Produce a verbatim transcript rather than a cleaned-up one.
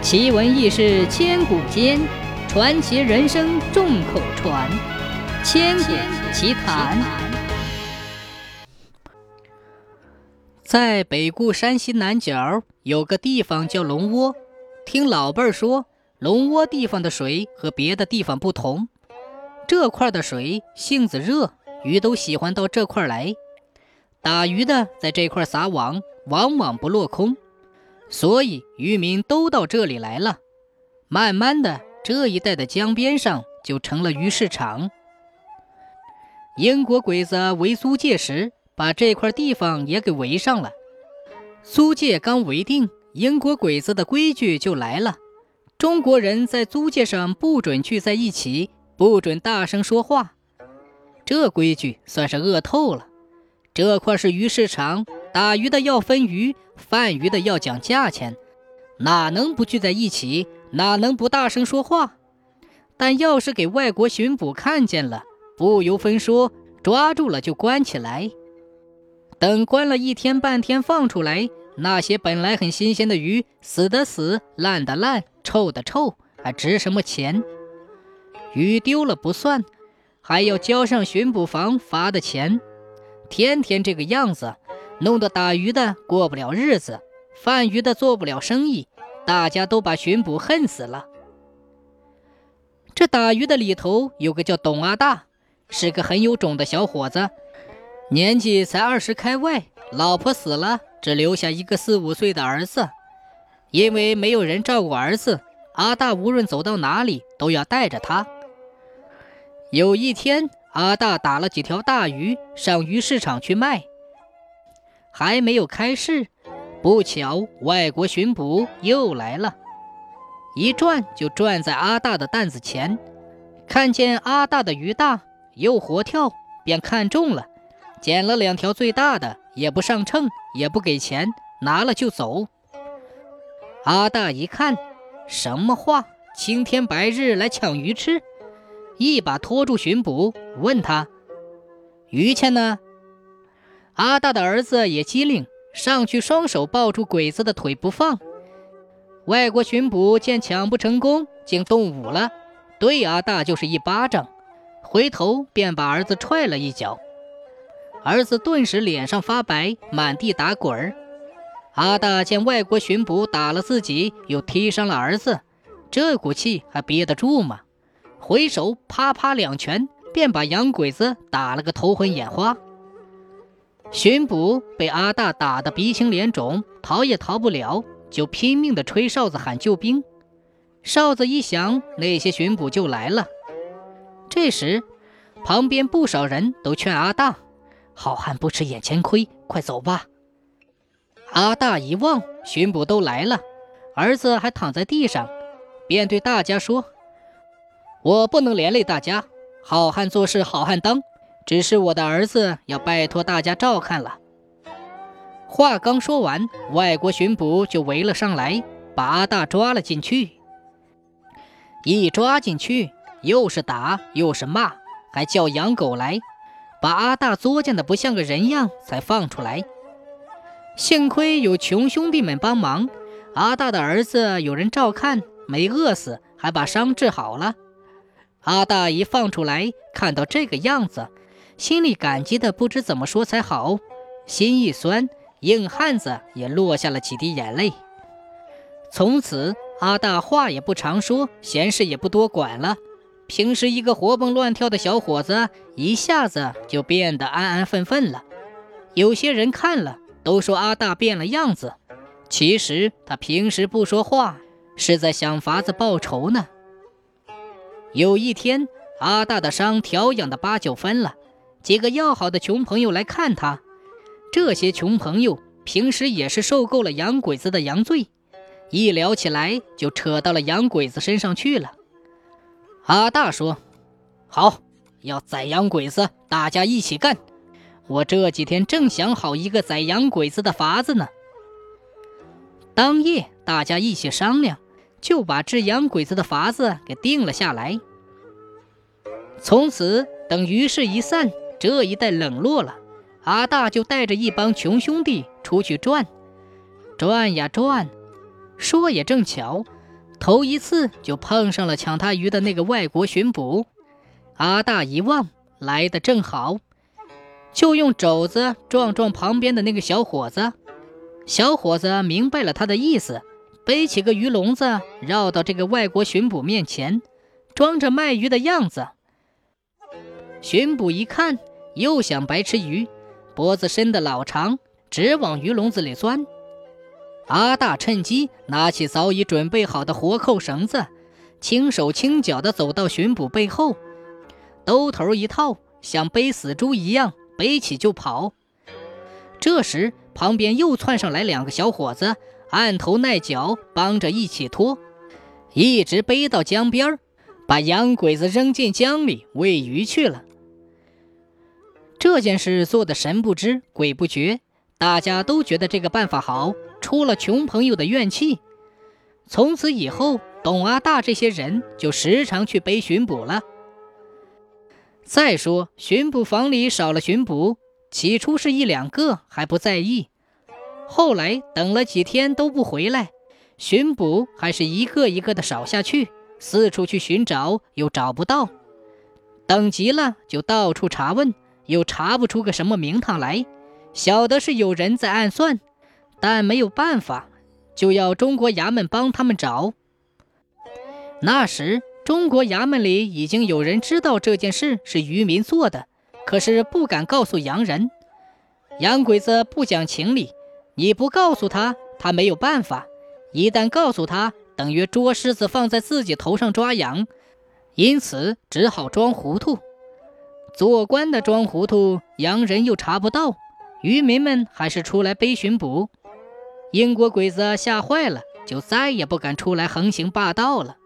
奇闻异事千古间，传奇人生众口传。千古奇谈。在北固山西南角有个地方叫龙窝，听老辈儿说，龙窝地方的水和别的地方不同，这块的水性子热，鱼都喜欢到这块来。打鱼的在这块撒网，往往不落空，所以渔民都到这里来了。慢慢的，这一带的江边上就成了鱼市场。英国鬼子围租界时，把这块地方也给围上了。租界刚围定，英国鬼子的规矩就来了：中国人在租界上不准聚在一起，不准大声说话。这规矩算是恶透了。这块是鱼市场，打鱼的要分鱼，贩鱼的要讲价钱，哪能不聚在一起，哪能不大声说话？但要是给外国巡捕看见了，不由分说，抓住了就关起来。等关了一天半天放出来，那些本来很新鲜的鱼，死的死，烂的烂，臭的臭，还值什么钱？鱼丢了不算，还要交上巡捕房罚的钱。天天这个样子，弄得打鱼的过不了日子，贩鱼的做不了生意，大家都把巡捕恨死了。这打鱼的里头有个叫董阿大，是个很有种的小伙子，年纪才二十开外，老婆死了，只留下一个四五岁的儿子。因为没有人照顾儿子，阿大无论走到哪里都要带着他。有一天，阿大打了几条大鱼上鱼市场去卖，还没有开市，不巧外国巡捕又来了，一转就转在阿大的担子前，看见阿大的鱼大又活跳，便看中了，捡了两条最大的，也不上秤，也不给钱，拿了就走。阿大一看，什么话，青天白日来抢鱼吃，一把拖住巡捕，问他鱼钱呢？阿大的儿子也机灵，上去双手抱住鬼子的腿不放。外国巡捕见抢不成功，竟动武了，对阿大就是一巴掌，回头便把儿子踹了一脚。儿子顿时脸上发白，满地打滚。阿大见外国巡捕打了自己，又踢伤了儿子，这股气还憋得住吗？回手啪啪两拳，便把洋鬼子打了个头昏眼花。巡捕被阿大打得鼻青脸肿，逃也逃不了，就拼命地吹哨子喊救兵。哨子一响，那些巡捕就来了。这时旁边不少人都劝阿大，好汉不吃眼前亏，快走吧。阿大一望，巡捕都来了，儿子还躺在地上，便对大家说，我不能连累大家，好汉做事好汉当，只是我的儿子要拜托大家照看了。话刚说完，外国巡捕就围了上来，把阿大抓了进去。一抓进去，又是打又是骂，还叫养狗来，把阿大作践得不像个人样，才放出来。幸亏有穷兄弟们帮忙，阿大的儿子有人照看，没饿死，还把伤治好了。阿大一放出来，看到这个样子，心里感激的不知怎么说才好，心一酸，硬汉子也落下了几滴眼泪。从此阿大话也不常说，闲事也不多管了，平时一个活蹦乱跳的小伙子，一下子就变得安安分分了。有些人看了都说阿大变了样子，其实他平时不说话，是在想法子报仇呢。有一天，阿大的伤调养的八九分了，几个要好的穷朋友来看他。这些穷朋友平时也是受够了洋鬼子的洋罪，一聊起来就扯到了洋鬼子身上去了。阿大说，好，要宰洋鬼子，大家一起干，我这几天正想好一个宰洋鬼子的法子呢。当夜大家一起商量，就把治洋鬼子的法子给定了下来。从此等鱼市一散，这一带冷落了，阿大就带着一帮穷兄弟出去转，转呀转。说也正巧， 头一次就碰上了抢他鱼的那个外国巡捕。阿大一望，来得正好，就用肘子撞撞旁边的那个小伙子。小伙子明白了他的意思，背起个鱼笼子绕到这个外国巡捕面前，装着卖鱼的样子。巡捕一看，又想白吃鱼，脖子伸得老长，直往鱼笼子里钻。阿大趁机拿起早已准备好的活扣绳子，轻手轻脚地走到巡捕背后，兜头一套，像背死猪一样背起就跑。这时旁边又窜上来两个小伙子，按头耐脚帮着一起拖，一直背到江边，把洋鬼子扔进江里喂鱼去了。这件事做得神不知鬼不觉，大家都觉得这个办法好，出了穷朋友的怨气。从此以后，董阿大这些人就时常去背巡捕了。再说巡捕房里少了巡捕，起初是一两个还不在意，后来等了几天都不回来，巡捕还是一个一个的少下去，四处去寻找又找不到，等急了就到处查问，又查不出个什么名堂来，晓得是有人在暗算，但没有办法，就要中国衙门帮他们找。那时中国衙门里已经有人知道这件事是渔民做的，可是不敢告诉洋人。洋鬼子不讲情理，你不告诉他，他没有办法；一旦告诉他，等于捉狮子放在自己头上抓痒，因此只好装糊涂。做官的装糊涂，洋人又查不到，渔民们还是出来背巡捕。英国鬼子吓坏了，就再也不敢出来横行霸道了。